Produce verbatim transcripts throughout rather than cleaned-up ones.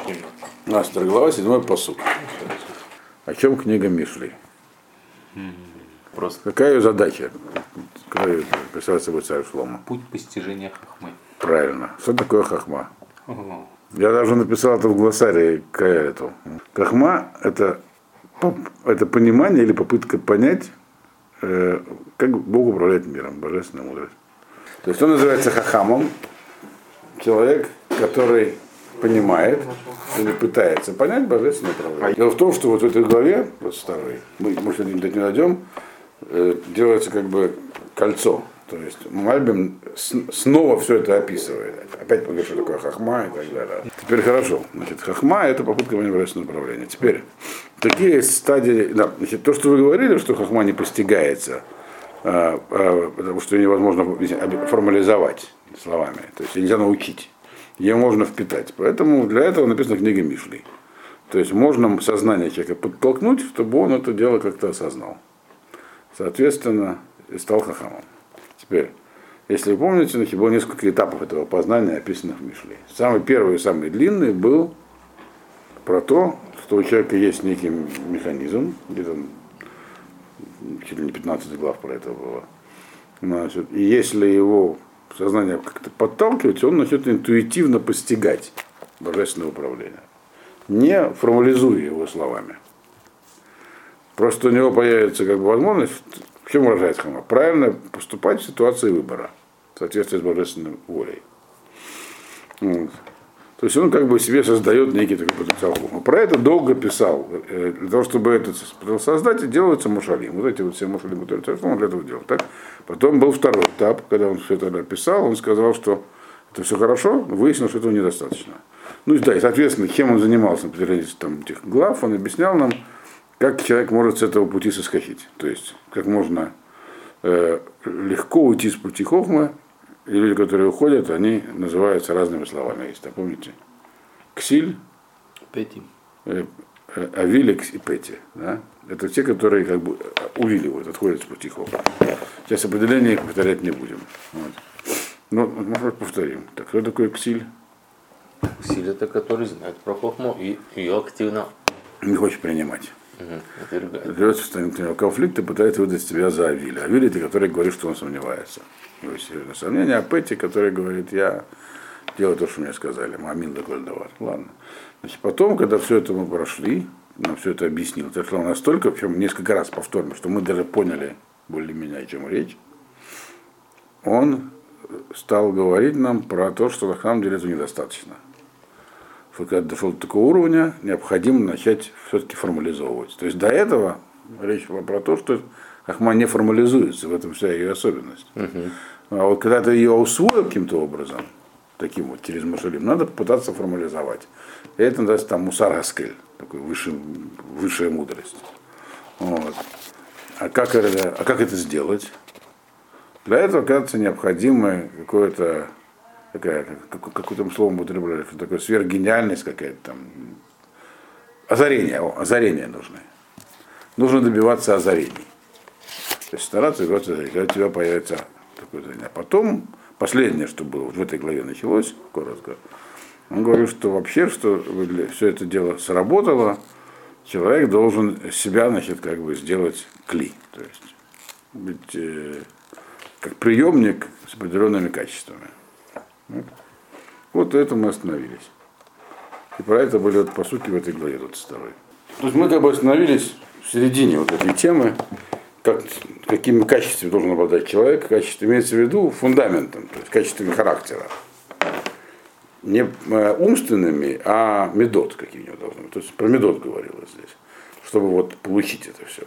Астра глава, седьмой пасук. О чем книга Мишли? Просто Какая ее задача? Какая представляет собой царь Шломо? путь постижения хохмы. Правильно. Что такое хохма? Ого. Я даже написал это в глоссарии к эту. Хохма это, это понимание или попытка понять, э, как Бог управляет миром, божественная мудрость. То есть он называется хахамом, человек, который понимает или пытается понять божественное управление. Дело в том, что вот в этой главе, вот старой, мы, может, до нее дойдем, э, делается как бы кольцо. То есть Мальбим снова все это описывает. Опять поговорит, что такое хахма и так далее. Теперь хорошо. Значит, хахма это попытка понять божественное управление. Теперь, какие стадии. Да, значит, то, что вы говорили, что хахма не постигается, а, а, потому что ее невозможно формализовать словами. То есть ее нельзя научить. Ее можно впитать. Поэтому для этого написана книга Мишли. То есть можно сознание человека подтолкнуть, чтобы он это дело как-то осознал. Соответственно, и стал хахамом. Теперь, если вы помните, значит, было несколько этапов этого познания, описанных в Мишле. Самый первый и самый длинный был про то, что у человека есть некий механизм, где-то чуть ли не пятнадцать глав про это было. Значит, и если его сознание как-то подталкивать, он начнет интуитивно постигать божественное управление, не формализуя его словами. Просто у него появится как бы возможность, в чем выражается хохма, правильно поступать в ситуации выбора, в соответствии с божественной волей. Вот. То есть он как бы себе создает некий такой потенциал хохма. Про это долго писал. Для того, чтобы это создать, делается мушалим. Вот эти вот все мушалим, которые он для этого делал. Так? Потом был второй этап, когда он все это написал, он сказал, что это все хорошо, выяснил, что этого недостаточно. Ну и да, и соответственно, чем он занимался на протяжении там, этих глав, он объяснял нам, как человек может с этого пути соскочить. То есть, как можно э, легко уйти с пути хохмы, и люди, которые уходят, они называются разными словами. Есть, а помните? Ксиль, Пети. э, э, Авиликс и Пети. Да? Это те, которые как бы увиливают, отходят с пути хохмы. Сейчас определение их повторять не будем. Вот. Ну, может, повторим. Так, кто такой Ксиль? Ксиль это который знает про хохму и ее активно Не хочет принимать. отвергает. Живется в состоянии конфликт и пытается выдать себя за Авиля. Авиль это который говорит, что он сомневается. Его серьезное сомнение. А Петти, который говорит, я делаю то, что мне сказали. Мамин да давар. Ладно. Значит, потом, когда все это мы прошли, нам все это объяснил. Это шло настолько, причем несколько раз повторно, что мы даже поняли более-менее, о чем речь. Он стал говорить нам про то, что на самом деле этого недостаточно. Что когда дошел до такого уровня, необходимо начать все-таки формализовывать. То есть до этого речь была про то, что хохма не формализуется, в этом вся ее особенность. Uh-huh. А вот когда ты ее усвоил каким-то образом, таким вот через мушалим, надо попытаться формализовать. И это называется там мусар хаскель, такой высший, высшая мудрость. Вот. А, как это, а как это сделать? Для этого, кажется, необходимо какое-то такая, как, какое-то слово употребляли, что такое сверхгениальность какая-то там. Озарение, о, озарения нужны. Нужно добиваться озарений. То есть стараться добиваться озарений, когда у тебя появится такое озарение. А потом, последнее, что было, вот в этой главе началось, коротко, он говорил, что вообще, что все это дело сработало, человек должен себя, значит, как бы сделать кли. То есть быть э, как приемник с определенными качествами. Вот на этом мы остановились. И про это были вот, по сути, в этой главе двадцать второй. То есть мы как бы остановились в середине вот этой темы, как, какими качествами должен обладать человек. Качество имеется в виду фундаментом, то есть качествами характера. Не умственными, а медот какие у него должны быть. То есть про медот говорилось здесь, чтобы вот получить это все.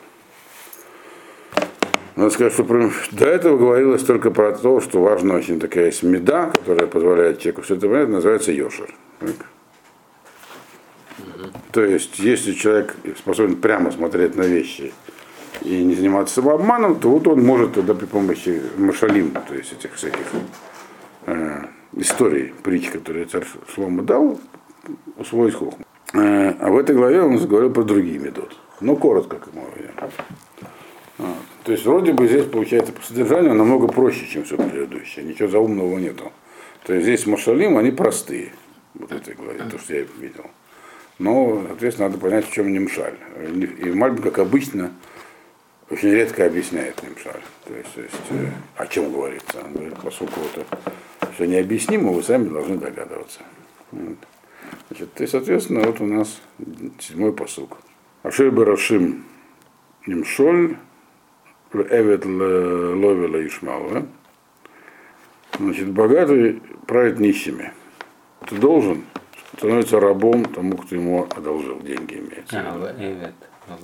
Надо сказать, что до этого говорилось только про то, что важна очень такая есть меда, которая позволяет человеку все это понять, называется йошер. Так? Mm-hmm. То есть, если человек способен прямо смотреть на вещи и не заниматься самообманом, то вот он может тогда при помощи машалим, то есть этих всяких э, историй, притч, которые царь Шломо дал, усвоить хохму. Э, а в этой главе он заговорил про другие медот. Ну, коротко, как мы видим. Вот. То есть вроде бы здесь получается по содержанию намного проще, чем все предыдущее. Ничего заумного нету. То есть здесь машалим, они простые. Вот в этой главе, то, что я видел. Но, соответственно, надо понять, в чем нимшаль. И Мальбим, как обычно, очень редко объясняет нимшаль. То есть, то есть э, о чем говорится. Он говорит, поскольку это все необъяснимо, вы сами должны догадываться. Вот. Значит, и, соответственно, вот у нас седьмой пасук. Ашир барашим нимшоль эвет ловела ишмала. Значит, богатый правит нищими. Ты должен становиться рабом тому, кто ему одолжил деньги, имеется. А, эвет.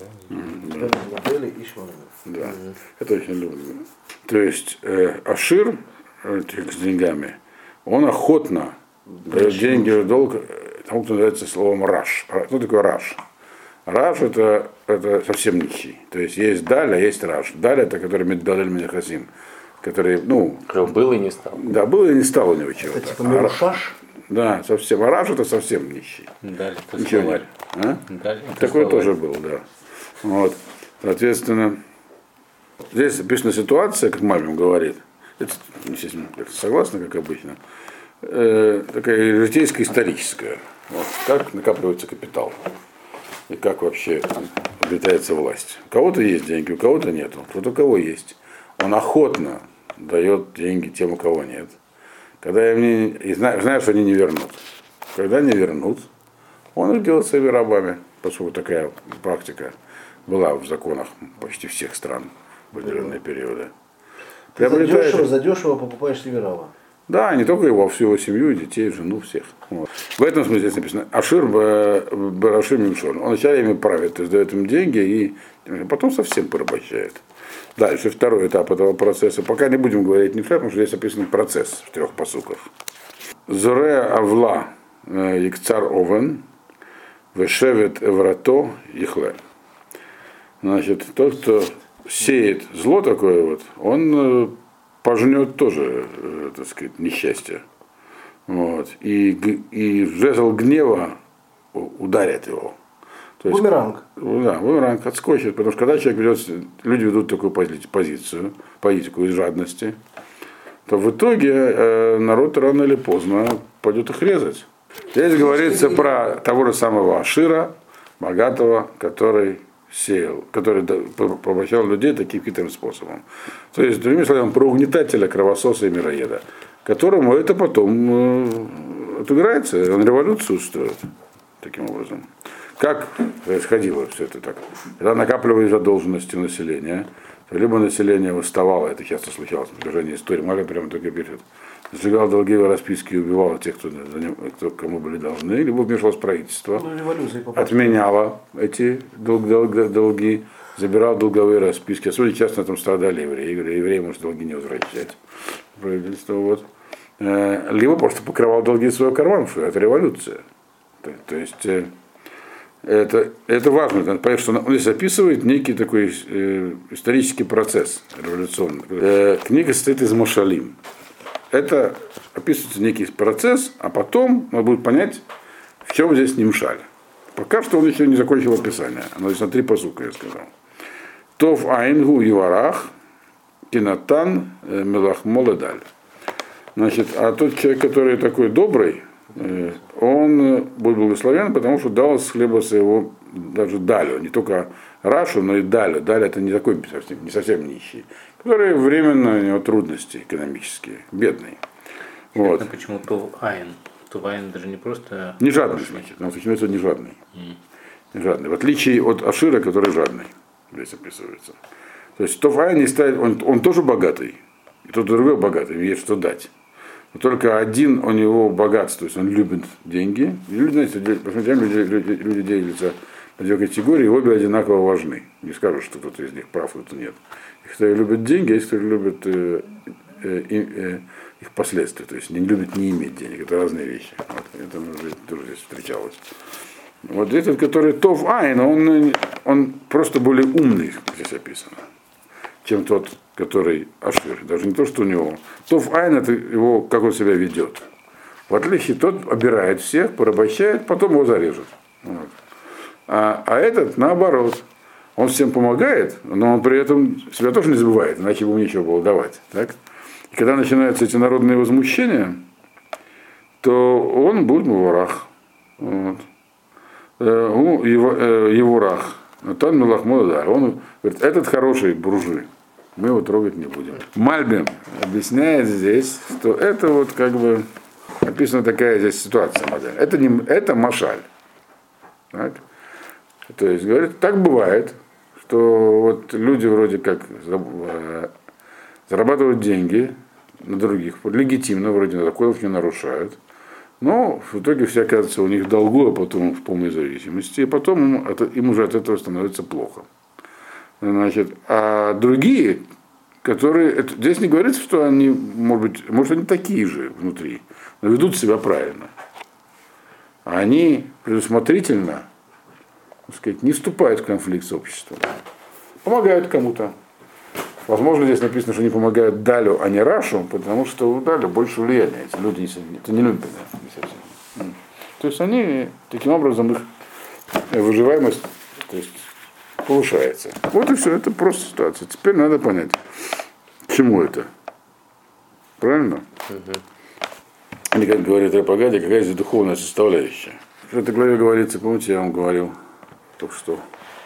Да, это очень люблю. То есть э, Ашир э, с деньгами, он охотно дает деньги в долг тому, кто называется словом раш. Что такое раш? Раш это, это совсем нищий. То есть есть даль, а есть раш. Даль это который меддалель менехасим, который, ну... Был и не стал. Да, был и не стал у него чего-то. Это типа мерушаш? Да, совсем. А раш это совсем нищий. Даль, это Ничего словарь. нет. А? Даль, это Такой словарь. тоже был, да. Вот. Соответственно, здесь описана ситуация, как Мальбим говорит, это, естественно, это согласно, как обычно, э, такая житейско-историческая. Вот. Как накапливается капитал и как вообще обретается власть. У кого-то есть деньги, у кого-то нету. Вот у кого есть. Он охотно дает деньги тем, у кого нет. Когда они, и знаю, знаю, что они не вернут. Когда не вернут, он их делает своими рабами, поскольку такая практика была в законах почти всех стран в определенные периоды. Ты задешево, задешево покупаешь себе раба. Да, не только его, а всю его семью, детей, жену, всех. Вот. В этом смысле здесь написано Ашир Барашим Нимшоль. Он вначале ими правит, то есть дает им деньги и потом совсем порабощает. Дальше, второй этап этого процесса. Пока не будем говорить Нимшаль, потому что здесь описан процесс в трех посуках. Зуре Авла Икцар Овен Вешевет Эврато Ихле. Значит, тот, кто сеет зло такое вот, он пожнет тоже, так сказать, несчастье. Вот. И, и жезл гнева ударит его. То есть, бумеранг. Да, бумеранг отскочит, потому что когда человек ведет, люди ведут такую позицию, политику из жадности, то в итоге э, народ рано или поздно пойдет их резать. Здесь говорится про того же самого Ашира, богатого, который сеял, который порабощал людей таким хитрым способом. То есть, другими словами, про угнетателя, кровососа и мироеда, которому это потом э, отыграется, он революцию устроит таким образом. Как происходило все это так? Когда накапливались задолженности населения, то либо население восставало, это часто случалось на протяжении истории, Маля прямо только пишет, сжигал долги в расписке и убивал тех, кто, кто кому были должны, либо вмешалось правительство, ну, отменяло эти долг, долг, долги, забирал долговые расписки. Особенно часто на этом страдали евреи. Евреи может долги не возвращать. Правительство, вот. Либо просто покрывал долги из своего кармана, что это революция. То, то есть это, это важно, надо понять, что он здесь описывает некий такой э, исторический процесс революционный. Э, книга состоит из машалим. Это описывается некий процесс, а потом надо будет понять, в чем здесь нимшаль. Пока что он еще не закончил описание. Оно здесь на три пасука, я сказал. Тов айнгу юварах, кинатан, мелахмол и даль. Значит, а тот человек, который такой добрый, он будет благословен, потому что дал с хлеба своего даже далю, не только рашу, но и далю. Даль это не такой совсем, не совсем нищий, который временно у него трудности экономические, бедный. Вот. Почему Тов Айн? Тов Айн даже не просто... Не жадный, значит, он почему-то не жадный. Mm. Не жадный. В отличие от Ашира, который жадный, здесь описывается. То есть Тов Айн не ставит, он, он тоже богатый, и тот другой богатый, ему есть что дать. Но только один у него богатство, то есть он любит деньги. И люди, знаете, посмотрим, люди, люди, люди делятся на две категории, и обе одинаково важны. Не скажут, что кто-то из них прав, кто-то нет. Их, кто любит деньги, а есть кто любит э, э, э, их последствия, то есть не любит не иметь денег. Это разные вещи. Вот, это уже тоже здесь встречалось. Вот этот, который Тов Айн, он, он просто более умный, здесь описано, чем тот, который Ашир. Даже не то, что у него. Тов Айн, это его, как он себя ведет. В отличие, тот обирает всех, порабощает, потом его зарежут. Вот. А, а этот, наоборот, он всем помогает, но он при этом себя тоже не забывает, иначе бы ему нечего было давать. Так? И когда начинаются эти народные возмущения, то он будет в ворах. Вот. его, его рах. Тон Мелахмой, да. Он говорит, этот хороший буржуй. Мы его трогать не будем. Мальбим объясняет здесь, что это вот как бы описана такая здесь ситуация, модель. Это, не, это машаль. Так? То есть, говорит, так бывает, что вот люди вроде как зарабатывают деньги на других, легитимно, вроде законов не нарушают, но в итоге все оказывается у них в долгу, а потом в полной зависимости, и потом им, это, им уже от этого становится плохо. Значит, а другие, которые, это, здесь не говорится, что они, может быть, может, они такие же внутри, но ведут себя правильно. Они предусмотрительно, так сказать, не вступают в конфликт с обществом, помогают кому-то. Возможно, здесь написано, что они помогают Далю, а не Рашу, потому что у Даля больше влияния. Эти люди это не любят. Да? То есть они, таким образом, их выживаемость, то есть, повышается. Вот и все, это просто ситуация. Теперь надо понять, к чему это. Правильно? Угу. Или, как говорит Рапагади, какая здесь духовная составляющая. В этой главе говорится, помните, я вам говорил только что.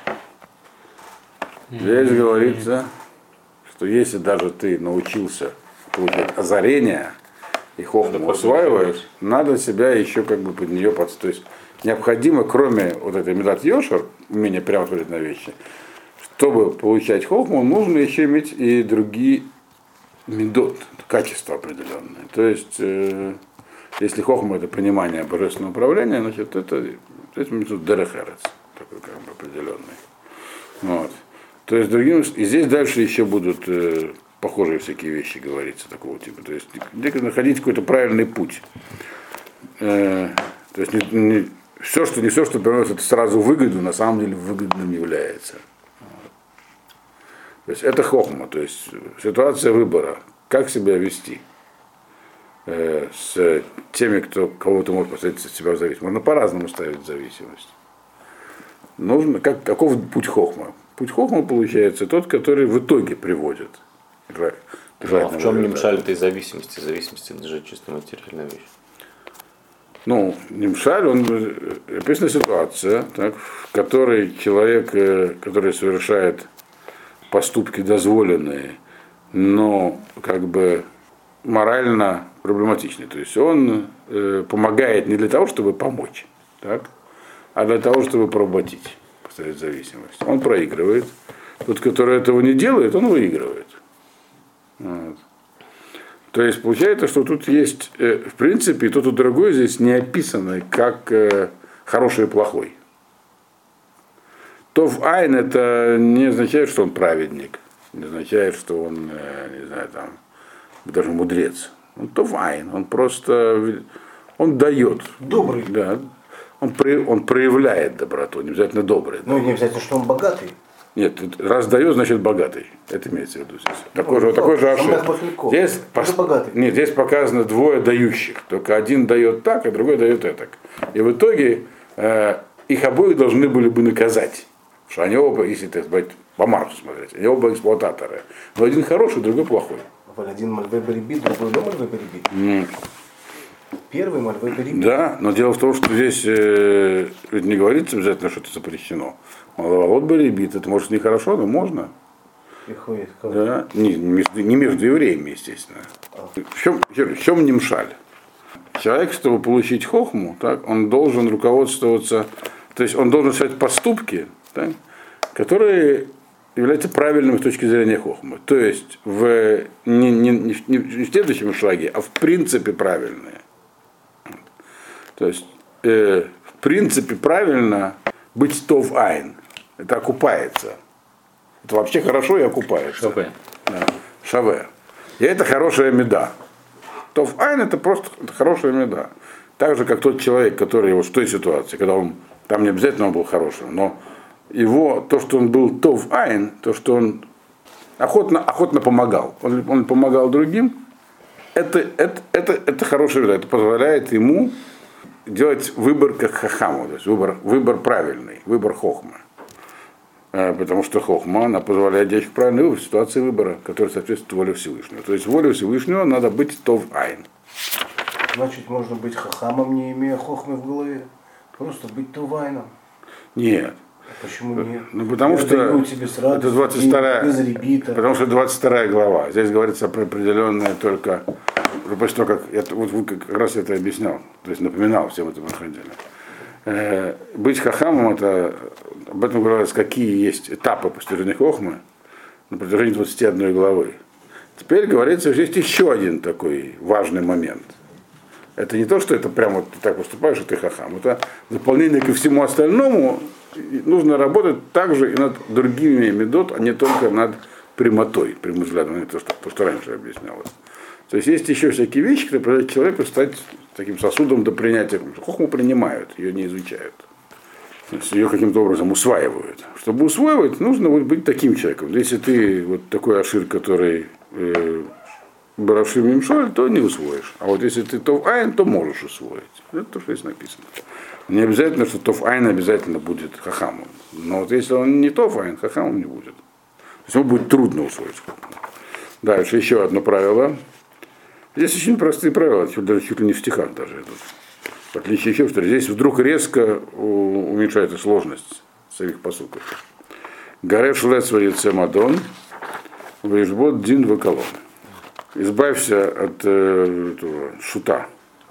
Здесь говорится, что если даже ты научился получать озарение и хохму усваиваешь, надо себя еще как бы под нее подстроить. То есть необходимо, кроме вот этой медат йошер, умения прямо смотреть на вещи, чтобы получать хохму, нужно еще иметь и другие медот, качества определенные. То есть, э, если хохма это понимание божественного управления, значит это, это дерехерец, такой как бы определенный. Вот. То есть другим, и здесь дальше еще будут э, похожие всякие вещи говориться такого типа. То есть где находить какой-то правильный путь. Э, то есть не, не, все, что не все, что приносит сразу выгоду, на самом деле выгодным является. То есть это хохма, то есть ситуация выбора, как себя вести э, с теми, кто кого-то может поставить себя в зависимость. Можно по-разному ставить в зависимость. Нужно, как, каков путь хохма? Путь хохма получается тот, который в итоге приводит. Ну, а в чем немшаль этой зависимости? Зависимости это же чисто материальная вещь. Ну, немшаль, он описана ситуация, так, в которой человек, который совершает поступки дозволенные, но как бы морально проблематичные. То есть он э, помогает не для того, чтобы помочь, так, а для того, чтобы поработить. Зависимость. Он проигрывает. Тот, который этого не делает, он выигрывает. Вот. То есть получается, что тут есть, э, в принципе, тот и другой здесь не описаны как э, хороший и плохой. Тов айн это не означает, что он праведник, не означает, что он, э, не знаю, там, даже мудрец. Он тов айн, он просто, он дает. Добрый. Да. Он, при, он проявляет доброту, не обязательно добрый. Ну, не обязательно, что он богатый. Нет, раз дает, значит богатый. Это имеется в виду здесь. Такой ну, же, такой же ошибка. Здесь, пос... Нет, здесь показано двое дающих. Только один дает так, а другой дает так. И в итоге э, их обоих должны были бы наказать. Потому что они оба, если так сказать, по Марсу смотреть, они оба эксплуататоры. Но один хороший, другой плохой. Один мальвей барибит, другой не мальвей барибит. Mm. Первый мальвей барибит. Да, но дело в том, что здесь э, ведь не говорится обязательно, что это запрещено. Маловолот барибит, это может нехорошо, но можно. Приходит да, не, не, между, не между евреями, естественно. А. В чем, в чем немшаль? Человек, чтобы получить хохму, так, он должен руководствоваться, то есть он должен совершать поступки, так, которые являются правильными с точки зрения хохмы. То есть в, не, не, не, не в следующем шаге, а в принципе правильные. То есть э, в принципе правильно быть тов айн. Это окупается. Это вообще хорошо и окупается. Шаве. Да. Шаве. И это хорошая меда. Тов айн это просто это хорошая меда. Так же, как тот человек, который вот в той ситуации, когда он, там не обязательно он был хорошим, но его, то, что он был тов айн, то, что он охотно, охотно помогал, он, он помогал другим, это, это, это, это хорошая меда. Это позволяет ему делать выбор как хахаму, то есть выбор, выбор правильный, выбор хохма. Потому что хохма, она позволяет делать правильный выбор в ситуации выбора, который соответствует воле Всевышнего. То есть воле Всевышнего надо быть тов айн. Значит, можно быть хахамом, не имея хохмы в голове. Просто быть тов айном. Нет. Почему нет? Ну, потому Я что даю тебе сразу, это двадцать вторая, без ребита. потому что двадцать вторая глава. Здесь говорится про определенное только, после того, как, я, вот вы как раз это объяснял, то есть напоминал, всем это проходили. Э, быть хахамом, это, об этом говорилось, какие есть этапы постижения хохмы на протяжении двадцати одной главы. Теперь говорится, что есть еще один такой важный момент. Это не то, что это прямо вот ты так поступаешь, что ты хахам. Это дополнение ко всему остальному. Нужно работать также и над другими медот, а не только над прямотой, прямым взглядом, это то, то, что раньше объяснялось. То есть есть еще всякие вещи, которые позволяют человеку стать таким сосудом до принятия. Хохму принимают, ее не изучают. То есть ее каким-то образом усваивают. Чтобы усваивать, нужно вот быть таким человеком. Если ты вот такой ашир, который э, Баравшим Мимшоль, то не усвоишь. А вот если ты Тов Айн, то можешь усвоить. Это то, что здесь написано. Не обязательно, что Тов Айн обязательно будет хахамом. Но вот если он не Тов Айн, хахамом не будет. То есть ему будет трудно усвоить. Дальше еще одно правило. Здесь очень простые правила, даже чуть ли не в стихах даже идут. В отличие еще, что здесь вдруг резко уменьшается сложность самих посуков. Гареш лец варице мадон, ваишбот дин вакалон. Избавься от э, этого шута,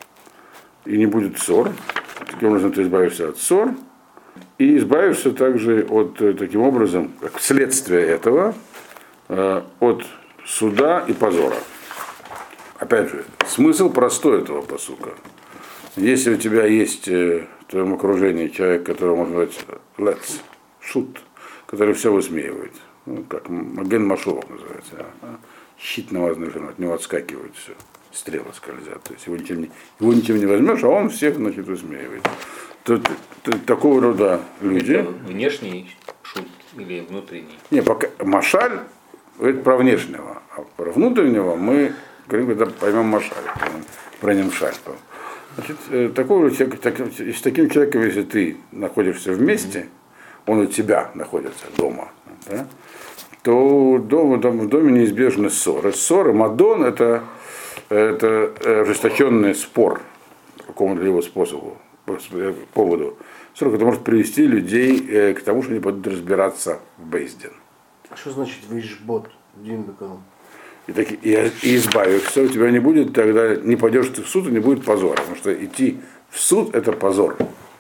и не будет ссор. Таким образом ты избавишься от ссор, и избавишься также от, таким образом, как следствие этого, э, от суда и позора. Опять же, смысл простой этого пасука. Если у тебя есть в твоем окружении человек, которого можно назвать лец, шут, который все высмеивает, ну, как Маген Машулов называется, а? Щит навозный, от него отскакивают все, стрелы скользят, то есть его ничем не, его ничем не возьмешь, а он всех, значит, высмеивает. То, то, то, такого рода люди... Это внешний шут или внутренний? Не, пока Машаль говорит про внешнего, а про внутреннего мы говорим, когда поймем Машаль, про Немшаль. Значит, такого человека, так, с таким человеком, если ты находишься вместе, он у тебя находится дома, да, то дома, дома, в доме неизбежны ссоры. Ссоры, мадон, это, это ожесточенный спор по какому-либо способу, по поводу. Ссор, это может привести людей к тому, что они будут разбираться в бейздин. А что значит вишбот? Дин бекалон. И, так, и, и избавишься, у тебя не будет тогда, не пойдешь ты в суд, и не будет позора. Потому что идти в суд это позор.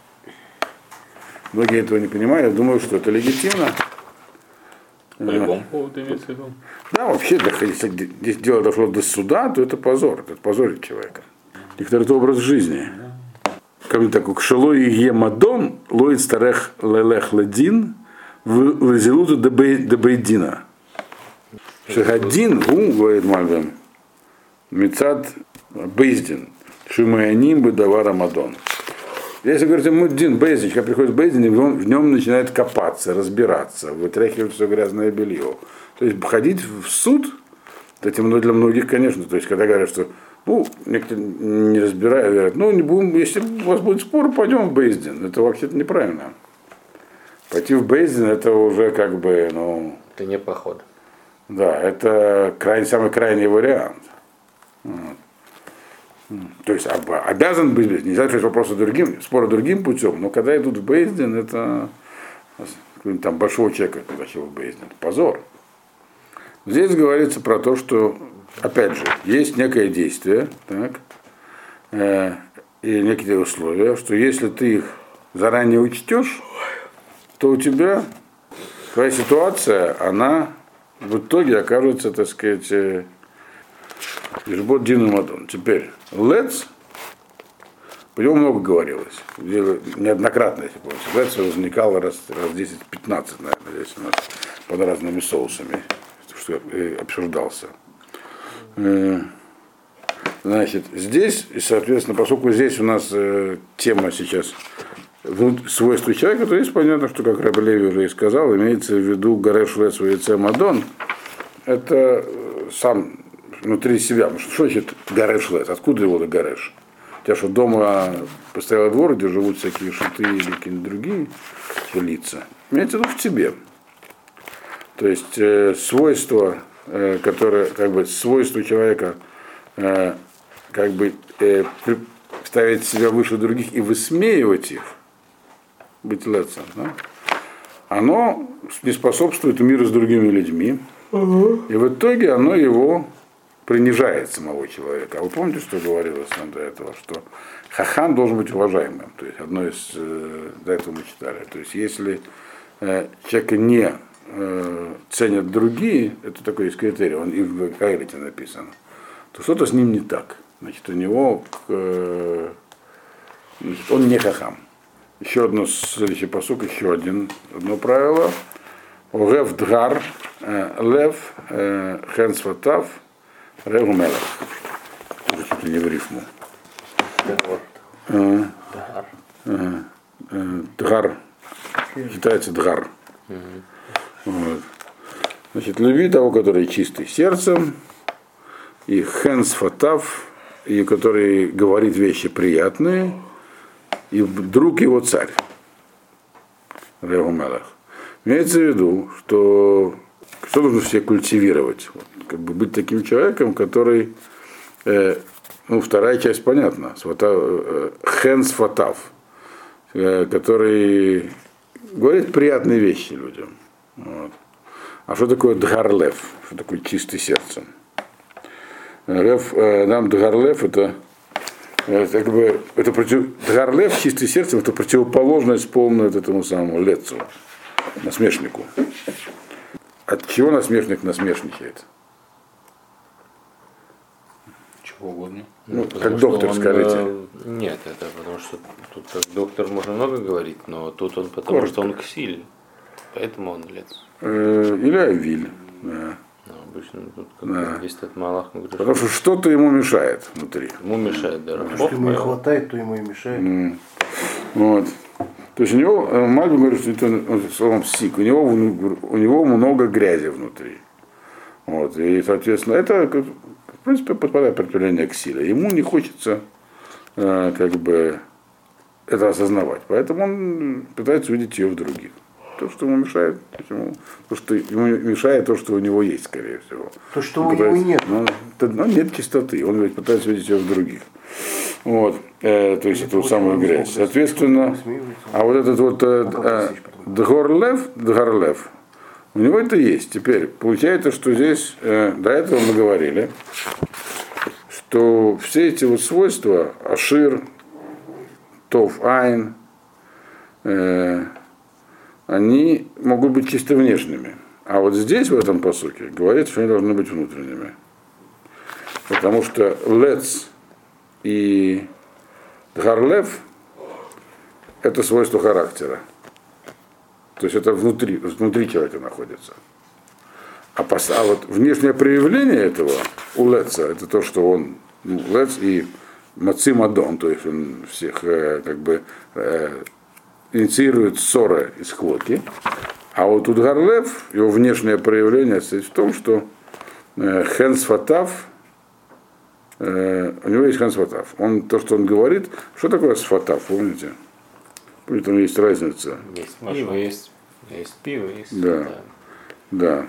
Многие этого не понимают, думаю, что это легитимно. По любому поводу имеется в виду. Да, вообще, если здесь дело дошло до суда, то это позор, это позорит человека. Некоторый это образ жизни. Как такой, кшело и емадон, лоит старех лелех ладин, в лазилуту дебейдина. Шехадин, гу, говорит Мальбим, мецад бейздин, шимаяним бедава рамадон. Если говорить ему Дин Бейздин, когда приходит Бейздин, в нем начинает копаться, разбираться, вытряхивать все грязное белье. То есть ходить в суд, это для многих, конечно, то есть когда говорят, что ну, некоторые не разбирают, говорят, ну, не будем, если у вас будет спор, пойдем в Бейздин. Это вообще-то неправильно. Пойти в Бейздин, это уже как бы, ну... Это не поход. Да, это крайний, самый крайний вариант. Вот. То есть обязан быть, нельзя решать вопросы другим, споры другим путем, но когда идут в Бейздин, это там большого человека тащил в Бейздин, это позор. Здесь говорится про то, что, опять же, есть некое действие, так, э, и некие условия, что если ты их заранее учтешь, то у тебя твоя ситуация, она в итоге окажется, так сказать, Ишбот Дин и Мадон. Теперь, Лец, по нему много говорилось. Неоднократно, если помните. Лец возникал раз, раз десять-пятнадцать, наверное, здесь у нас под разными соусами, что обсуждался. Значит, здесь, соответственно, поскольку здесь у нас э, тема сейчас свойства человека, то есть понятно, что, как Рабби Леви уже и сказал, имеется в виду Гареш Лец Ваице Мадон. Это сам внутри себя. Что значит Гареш Лец? Откуда его до Гареш? У тебя что, дома постоялый двор, где живут всякие шуты или какие-нибудь другие лица? Имеется в виду в тебе. То есть э, свойство, э, которое, как бы, свойство человека, э, как бы, э, ставить себя выше других и высмеивать их, быть лецем, да, оно не способствует миру с другими людьми, uh-huh. и в итоге оно его принижает, самого человека. А вы помните, что говорилось нам до этого, что хахам должен быть уважаемым, то есть одно из, э, до этого мы читали, то есть если э, человека не э, ценят другие, это такой есть критерий, он и в Каэлите написано, то что-то с ним не так, значит, у него, э, значит, он не хахам. Еще одно, следующий пасук, еще один, одно правило. Огев дгар, лев, хен сватав, регу мелах. Чуть ли не в рифму. Дгар. Считается дгар. Вот. Значит, люби того, который чистый сердцем, и хен сватав, и который говорит вещи приятные, и друг его царь, Регу Мелах. Имеется в виду, что что нужно все культивировать, вот, как бы быть таким человеком, который, э, ну, вторая часть понятна, сватав, э, хен сватав, э, который говорит приятные вещи людям. Вот. А что такое дгарлев, что такое чистый сердцем? Рев, э, нам дгарлев это Это, как бы, это против... Дгарлев, чистый сердцем, это противоположность полную этому самому лецу, насмешнику. От чего насмешник насмешничает? Чего угодно. Ну, ну, как доктор, он, скажите. Нет, это потому что тут как доктор можно много говорить, но тут он потому Коротко. Что он ксиль, поэтому он лец. Или авиль, да. Ну, обычно тут как да. Есть от Малах. Потому что что-то ему мешает внутри. Ему мешает, да. Что ему не хватает, то ему и мешает. Mm. Вот. То есть у него, Мальбин говорит, что это он, словом сик, у него, у него много грязи внутри. Вот. И, соответственно, это, в принципе, подпадает под определение к силе. Ему не хочется э, как бы это осознавать. Поэтому он пытается увидеть ее в других. То, что ему мешает, почему? То, что ему мешает то, что у него есть, скорее всего. То, что он у него нет. Ну, ну, нет чистоты, он ведь пытается видеть ее в других. Вот, э, то есть эту самую грязь. Соответственно, а вот этот вот э, дгорлев, дгорлев, у него это есть. Теперь получается, что здесь, э, до этого мы говорили, что все эти вот свойства, ашир, тов айн, э, они могут быть чисто внешними. А вот здесь, в этом пасуке, говорится, что они должны быть внутренними. Потому что лец и дгарлев – это свойство характера. То есть это внутри, внутри человека находится. А, пос, а вот внешнее проявление этого у леца – это то, что он ну, лец и мацим адон, то есть он всех как бы инициирует ссоры и схлоки. А вот у дгарлев, его внешнее проявление состоит в том, что э, хен сфатав, э, у него есть хен сфатав. Он, то, что он говорит, что такое сфатав, помните? Помните, там есть разница. Есть пиво, есть, есть пиво, есть. Да, да.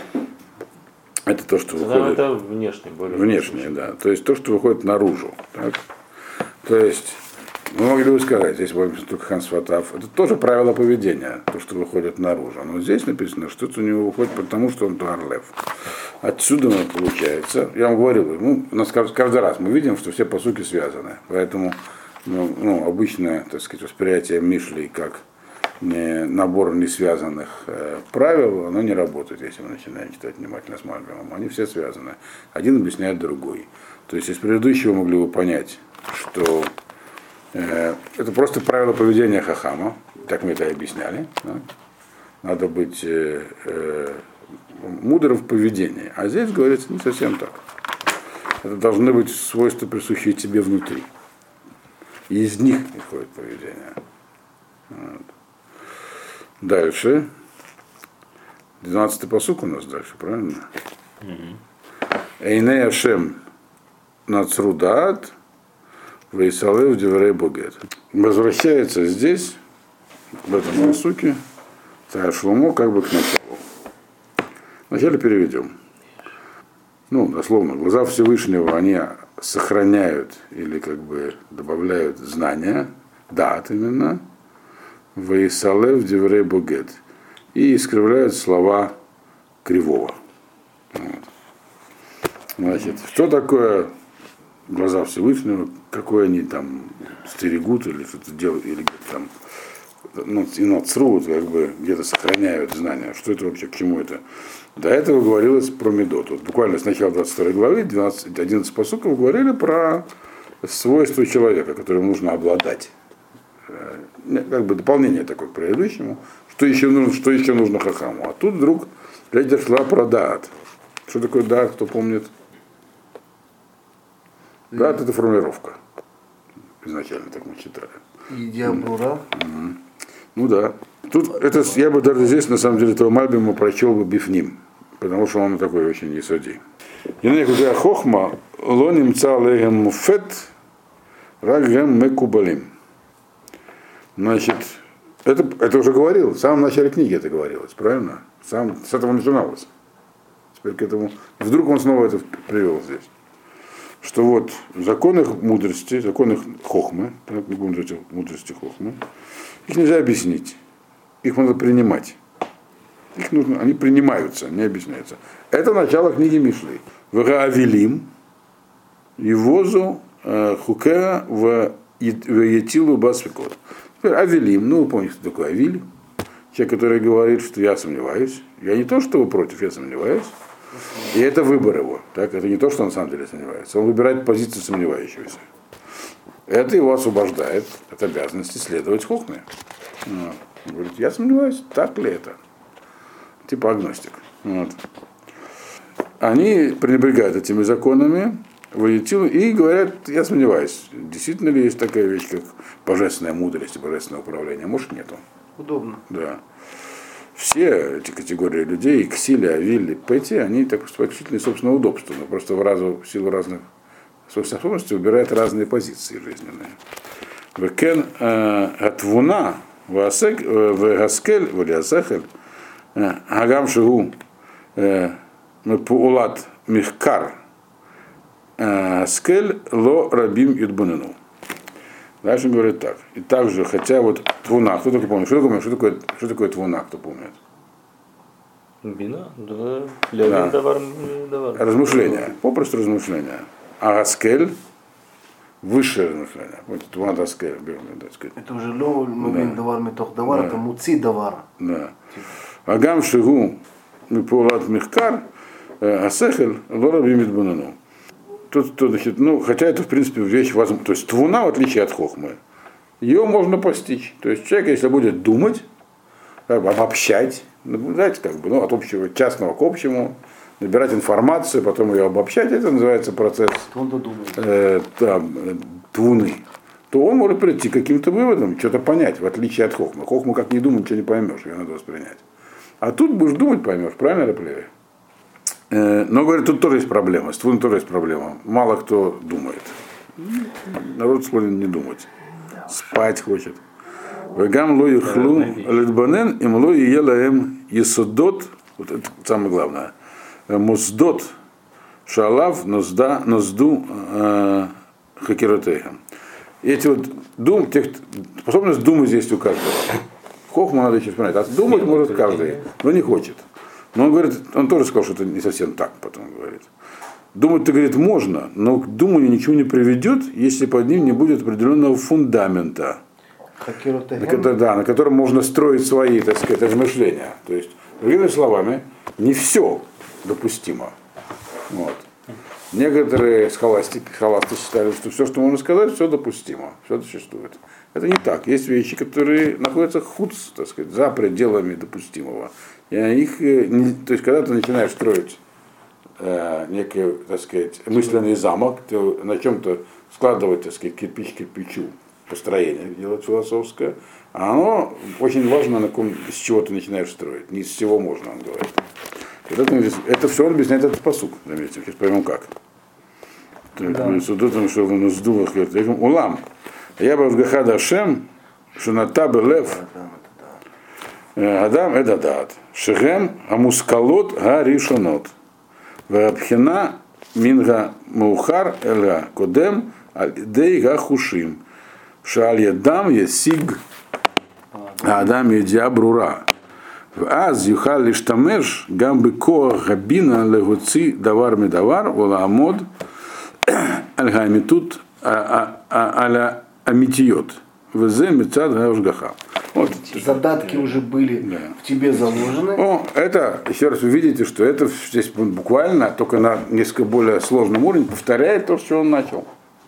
Это то, что да, выходит. Это внешне, более внешнее, да. То есть то, что выходит наружу. Так? То есть мы могли бы сказать, здесь только хан сфатав, это тоже правило поведения, то, что выходит наружу. Но здесь написано, что это у него выходит потому, что он дгарлев. Отсюда получается, я вам говорил, ну, у нас каждый раз мы видим, что все пасуки связаны. Поэтому ну, ну, обычное, так сказать, восприятие Мишли как не, набор несвязанных э, правил, оно не работает, если мы начинаем читать внимательно с Мальбимом. Они все связаны. Один объясняет другой. То есть из предыдущего могли бы понять, что это просто правило поведения хахама, так мы это и объясняли. Да? Надо быть э, э, мудрым в поведении. А здесь говорится не совсем так. Это должны быть свойства, присущие тебе внутри. И из них исходит поведение. Вот. Дальше. двенадцатый пасук у нас дальше, правильно? Эйней Ашем нацрудат. Вейсалев Деврей Богет. Возвращается здесь, в этом пасуке, царь Шломо как бы к началу. Вначале переведем. Ну, дословно, глаза Всевышнего, они сохраняют или как бы добавляют знания, дат именно, Ваисалев Деврей Богет. И искривляют слова кривого. Вот. Значит, что такое глаза Всевышнего, какой они там стерегут или что-то делают, или там ну, и нацрут, как бы где-то сохраняют знания, что это вообще, к чему это. До этого говорилось про Медот. Вот буквально с начала двадцать второй главы, двенадцать, одиннадцать пасуков говорили про свойства человека, которым нужно обладать. Как бы дополнение такое к предыдущему. Что еще нужно, что еще нужно хахаму. А тут вдруг речь дошла про даат. Что такое даат, кто помнит? Даат это формулировка. Изначально так мы читали. Идея брура. Mm-hmm. Ну да. Тут это, я бы даже здесь, на самом деле, этого Мальбима прочел бы бифним, потому что он такой очень есодий. И на некуда хохма лоним цалегем муфет рагем мекубалим. Значит, это, это уже говорил, в самом начале книги это говорилось, правильно? Сам, с этого начиналось. Теперь к этому. Вдруг он снова это привел здесь. Что вот закон их мудрости, закон их хохмы, так, не будем говорить мудрости хохмы, их нельзя объяснить. Их надо принимать. Их нужно, они принимаются, не объясняются. Это начало книги Мишлей. Ваавилим, Ивозу, Хукера, в Етилу Басвикот. Авилим, ну вы помните, что такое Авиль. Человек, который говорит, что я сомневаюсь. Я не то, что вы против, я сомневаюсь. И это выбор его. Так? Это не то, что он на самом деле сомневается. Он выбирает позицию сомневающегося. Это его освобождает от обязанности следовать хохме. Вот. Он говорит, я сомневаюсь, так ли это? Типа агностик. Вот. Они пренебрегают этими законами и говорят, я сомневаюсь, действительно ли есть такая вещь, как божественная мудрость и божественное управление. Может, нету. Удобно. Да. Все эти категории людей, Ксили, Авилли, Пэти, они так исключительно собственное удобство, но просто в, разу, в силу разных своих способностей выбирают разные позиции жизненные. Векен атвуна вегаскель вегаскель агам шигу мепуулат михкар скель ло рабим юдбунену. Дальше он говорит так. И также, хотя вот твуна, кто такой помнит? Что такое, что такое, что такое твуна, кто помнит? Бина, да. Да. Давар, давар. Размышления, попросту размышления. А гаскель, высшее размышление. Вот твуна гаскель. Это уже ло мовин давар метох давар, это муци давар. Да. Агам шигу мипулат михкар, асехель лора бимит банану. Тут, тут, значит, ну, хотя это, в принципе, вещь возможна. То есть твуна, в отличие от хохмы, ее можно постичь. То есть человек, если будет думать, как бы, обобщать, наблюдать, как бы, ну, от общего, частного к общему, набирать информацию, потом ее обобщать, это называется процесс э, там, твуны, то он может прийти к каким-то выводам, что-то понять, в отличие от хохмы. Хохму как не думать, ничего не поймешь, ее надо воспринять. А тут будешь думать, поймешь, правильно или плеве? Но, говорят, тут тоже есть проблема, с твуной тоже есть проблема. Мало кто думает. Народ склонен не думать. Спать хочет. Вегам ло ихлу литбанен им ло елаем есодот, вот это самое главное, моздот шалав нозда нозду хакеротеха. Эти вот дум, тех, способность думать есть у каждого. Хохму надо еще вспоминать. А думать может каждый, но не хочет. Но он говорит, он тоже сказал, что это не совсем так, потом говорит. Думать-то, говорит, можно, но к думанию ничего не приведет, если под ним не будет определенного фундамента, на, да, на котором можно строить свои, так сказать, размышления. То есть, другими словами, не все допустимо. Вот. Некоторые схоластики, схоласты считали, что все, что можно сказать, все допустимо, все существует. Это не так. Есть вещи, которые находятся хуц, так сказать, за пределами допустимого. И их, то есть, когда ты начинаешь строить э, некий, так сказать, мысленный замок, то на чем-то складывать, так сказать, кирпич к кирпичу, построение делать философское, а оно очень важно, на ком, с чего ты начинаешь строить. Не с всего можно, он говорит. Это, это все он объясняет этот пасук, заметьте, сейчас поймем как. Судотом, что в Нуздувах говорит, улам, я бы в Гахада Ашем, что на табе лев, Адам это дат. Шехем амускалот гаришонот. Вабхина минга мухар эля кодем альдей гахушим. Шаль ядам есиг Адам идиа брура. Аз юхал лиштамеш гамбы коа габина легуци давар медавар вола амод альгамитут аля амитиот. Везе мецад гаушгаха. Вот. Задатки уже были да. в тебе заложены. О, это, еще раз вы видите, что это здесь буквально, только на несколько более сложном уровне, повторяет то, что он начал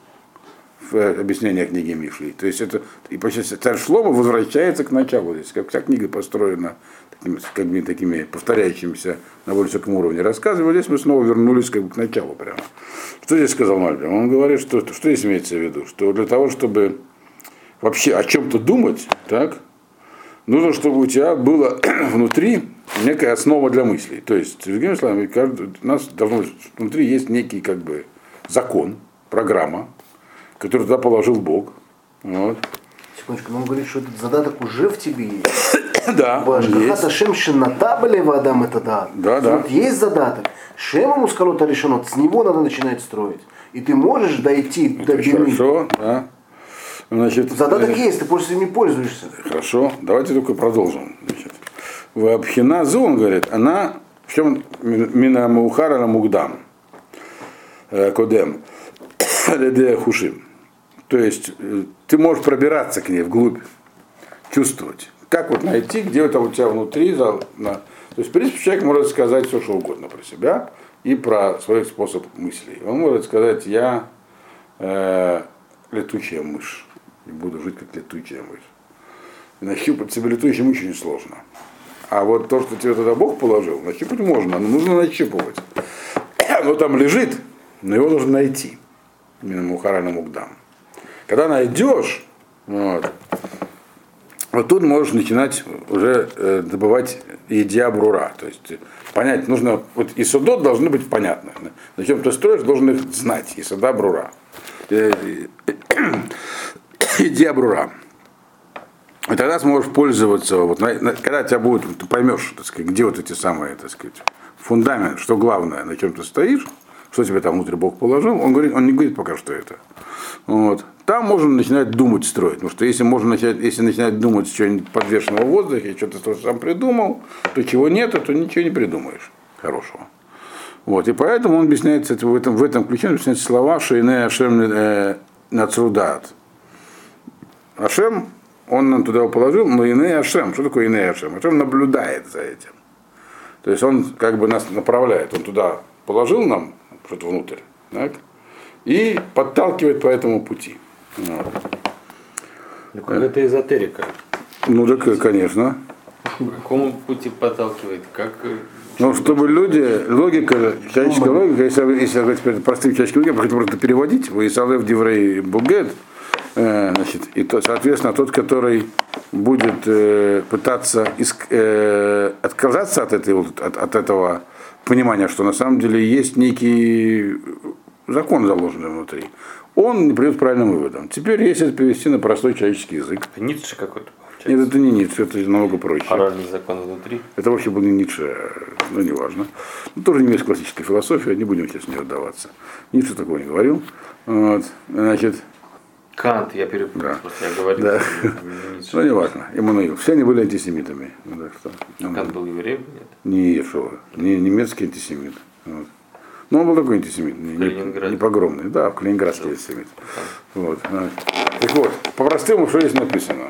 в объяснении книги Мишли. То есть это, и почти царь Шломо возвращается к началу. Здесь, как вся книга построена такими, как бы, такими повторяющимися на более высоком уровне рассказами, здесь мы снова вернулись как бы к началу прямо. Что здесь сказал Мальбим? Он говорит, что, что здесь имеется в виду? Что для того, чтобы вообще о чем-то думать, так, нужно, чтобы у тебя было внутри некая основа для мыслей. То есть, другими словами, у нас должно внутри есть некий как бы закон, программа, которую туда положил Бог. Вот. Секундочку, но он говорит, что этот задаток уже в тебе есть. Да, есть. Шем шинатабеле вадам это да. Да, да. Вот есть задаток. Шем ему скалота решено, с него надо начинать строить. И ты можешь дойти до бины. Хорошо, да. Значит, задаток э... есть, ты просто им не пользуешься. Хорошо, давайте только продолжим. Вабхина зу, он говорит, она, в чем мина маухара на мугдам, кодем, ледея хушим. То есть ты можешь пробираться к ней вглубь, чувствовать. Как вот найти, где это у тебя внутри. За, на... То есть, в принципе, человек может сказать все, что угодно про себя и про свой способ мыслей. Он может сказать, я э, летучая мышь. И буду жить как летучая мышь. И нащупать себе летучую мышь очень сложно. А вот то, что тебе туда Бог положил, нащупать можно, но нужно нащупывать. Оно там лежит, но его нужно найти. Именно Мухарана Мугдам. Когда найдешь, вот, вот тут можешь начинать уже э, добывать идея брура. То есть понять, нужно, вот исудот должны быть понятны. На чем ты строишь, должен их знать. Исуда брура. Идея брура. И тогда сможешь пользоваться, вот, на, на, когда тебя будет, ты поймешь, так сказать, где вот эти самые, так сказать, фундамент, что главное, на чем ты стоишь, что тебе там внутри Бог положил, он говорит, он не говорит пока, что это. Вот. Там можно начинать думать, строить. Потому что если можно начать, если начинать думать что-нибудь подвешенного в воздухе, что ты сам придумал, то чего нет, то ничего не придумаешь хорошего. Вот. И поэтому он объясняет в этом, в этом ключе, он объясняет слова Шейне Ашем Нацрудат. Ашем, он нам туда положил, но Ине Ашем. Что такое Ине Ашем? Ашем наблюдает за этим. То есть он как бы нас направляет. Он туда положил нам что-то внутрь, так? И подталкивает по этому пути. Вот. Это эзотерика. Ну так, конечно. По какому пути подталкивает? Как... Ну, чтобы люди, логика, человеческая логика, если, если говорить простым человеческим языком, я хочу просто переводить, вы Исалев Диврей Бугет, э, значит, и то, соответственно, тот, который будет э, пытаться иск, э, отказаться от, этой, от, от этого понимания, что на самом деле есть некий закон, заложенный внутри, он не придет к правильным выводам. Теперь, если это перевести на простой человеческий язык. Это Ницше какой-то. Нет, это не Ницше, это намного проще. Моральный закон внутри. Это вообще был не Ницше, но не важно. Ну, тоже не есть классическая философия, не будем сейчас в нее отдаваться. Ницше такого не говорил. Вот. Значит, Кант, я перепутал, да. просто я говорил. Да. Ну, не важно. Иммануил. Все они были антисемитами. Ну, так что, ну, Кант был евреем, нет? Не, что не немецкий антисемит. Вот. Ну, он был такой антисемит, не, не, не погромный. Да, в Калининградский антисемит. Вот. Так вот, по-простому, что здесь написано?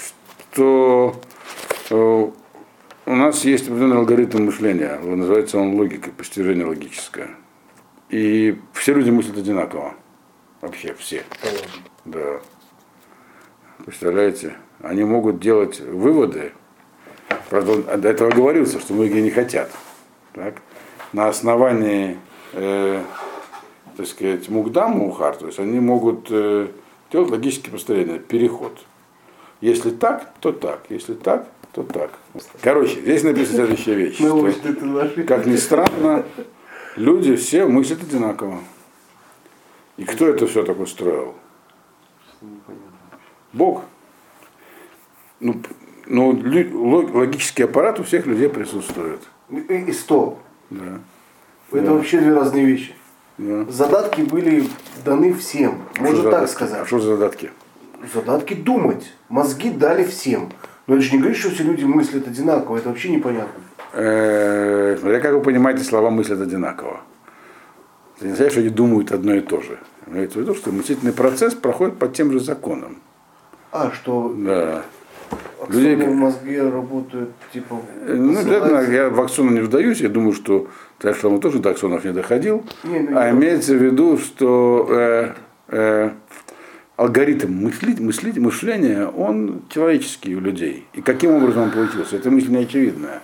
Что э, у нас есть определенный алгоритм мышления, называется он логика, постижение логическое. И все люди мыслят одинаково. Вообще все. Да. Представляете? Они могут делать выводы. Правда, он до этого говорился, что многие не хотят. Так? На основании, э, так сказать, мугдам, мухар, то есть они могут э, делать логические построения, переход. Если так, то так. Если так, то так. Короче, здесь написана следующая вещь. Что, как ни странно, люди все мыслят одинаково. И кто это все так устроил? Бог. Ну, ну, логический аппарат у всех людей присутствует. И, и стоп. Да. Это да. вообще две разные вещи. Да. Задатки были даны всем. Можно так сказать. А что за задатки? Задатки думать. Мозги дали всем. Но это же не говорит, что все люди мыслят одинаково, это вообще непонятно. Э, Смотря как вы понимаете, слова мыслят одинаково. Это не означает, что они думают одно и то же. Имеется в виду, что мыслительный процесс проходит по тем же законам. А, что Да. аксоны Людей- в мозге работают, типа... Ну, обязательно, посылать- я в аксоны не вдаюсь, я думаю, что так что он тоже до аксонов не доходил. Не, ну, А я- имеется в виду, что э, э, алгоритм мысли, мысли, мышления, он человеческий у людей. И каким образом он получился? Это мысль неочевидная.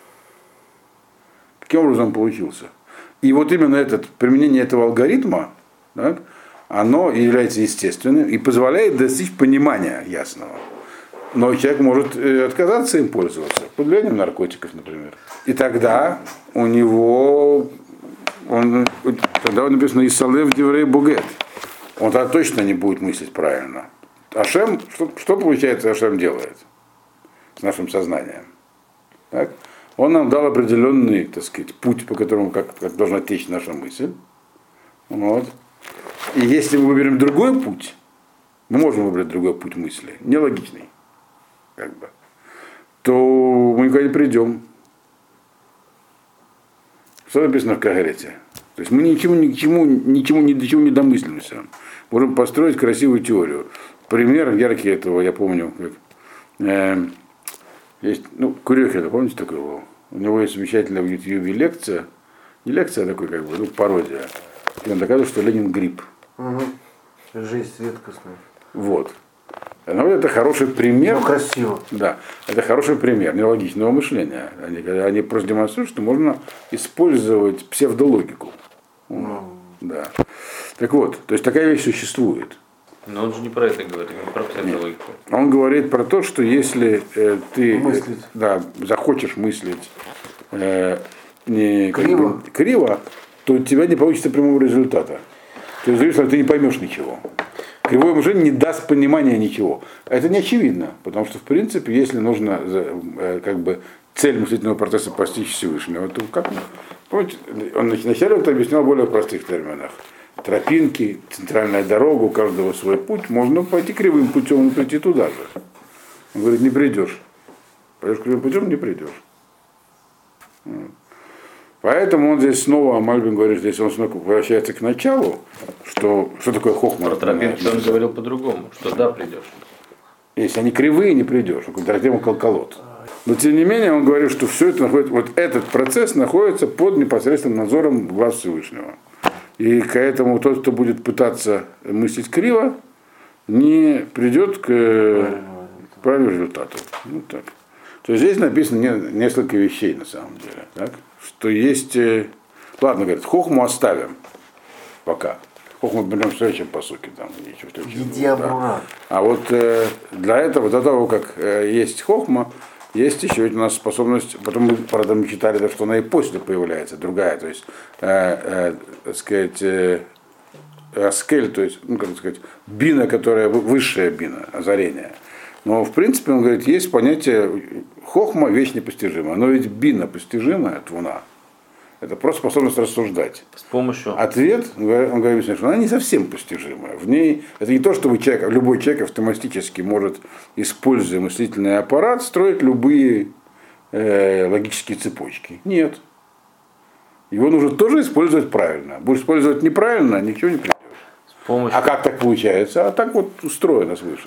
Каким образом он получился? И вот именно это применение этого алгоритма, да, оно является естественным и позволяет достичь понимания ясного. Но человек может э, отказаться им пользоваться, под влиянием наркотиков, например. И тогда у него, он, тогда он написано «Исалев диврей бугет». Он тогда точно не будет мыслить правильно. Ашем, что, что получается Ашем делает с нашим сознанием? Так? Он нам дал определенный, так сказать, путь, по которому как, как должна течь наша мысль. Вот. И если мы выберем другой путь, мы можем выбрать другой путь мысли, нелогичный, как бы, то мы никуда не придем. Что написано в Кагарете? То есть мы ничему, ничему, ничему, ни до чего не домыслимся. Можем построить красивую теорию. Пример яркий этого, я помню, как, э, есть, ну, Курехин, помните такой был? У него есть замечательная в Ютьюбе лекция, не лекция, а такой, как бы, ну, пародия. И он доказывает, что Ленин гриб. Угу. Жизнь редкостная. Вот. Ну, это хороший пример. Ну, красиво. Да, это хороший пример нелогичного мышления. Они, они просто демонстрируют, что можно использовать псевдологику. Ну. Да. Так вот, то есть такая вещь существует. Но он же не про это говорит, не про псевдологику. Он говорит про то, что если э, ты э, Мыслить. да, захочешь мыслить э, не, как Криво. бы, криво, то у тебя не получится прямого результата. То есть, ты не поймешь ничего. Кривое мышление не даст понимания ничего. Это не очевидно, потому что, в принципе, если нужно э, как бы, цель мыслительного процесса постичь Всевышнего, то как? Помните, он вначале это объяснял в более простых терминах. Тропинки, центральная дорога, у каждого свой путь, можно пойти кривым путем и прийти туда же. Он говорит, не придешь. Пойдешь кривым путем, не придешь. Поэтому он здесь снова, Мальбин говорит, здесь он снова возвращается к началу, что, что такое хохма. Про тропинки он говорил по-другому, что да, придешь. Если они кривые, не придешь, тему колколот. Но тем не менее он говорит, что все это находится, вот этот процесс находится под непосредственным надзором глаз Всевышнего. И поэтому тот, кто будет пытаться мыслить криво, не придет к правильному результату. Ну, так. То есть здесь написано не, несколько вещей на самом деле. Так? Что есть. Ладно, говорит, хохму оставим пока. Хохму берем в следующем посуке. Там, да. А вот э, для этого, до того, как э, есть хохма, есть еще ведь у нас способность, потом мы, правда, мы читали, что она и после появляется, другая, то есть, э, э, так сказать, э, аскель, то есть, ну, как сказать, бина, которая высшая бина, озарение. Но, в принципе, он говорит, есть понятие хохма, вещь непостижимая, но ведь бина постижимая, твуна, это просто способность рассуждать. С помощью... Ответ, он говорит, что она не совсем постижимая. В ней, это не то, чтобы человек, любой человек автоматически может, используя мыслительный аппарат, строить любые э, логические цепочки. Нет. Его нужно тоже использовать правильно. Будешь использовать неправильно, ничего не придешь. С помощью... А как так получается? А так вот устроено свыше.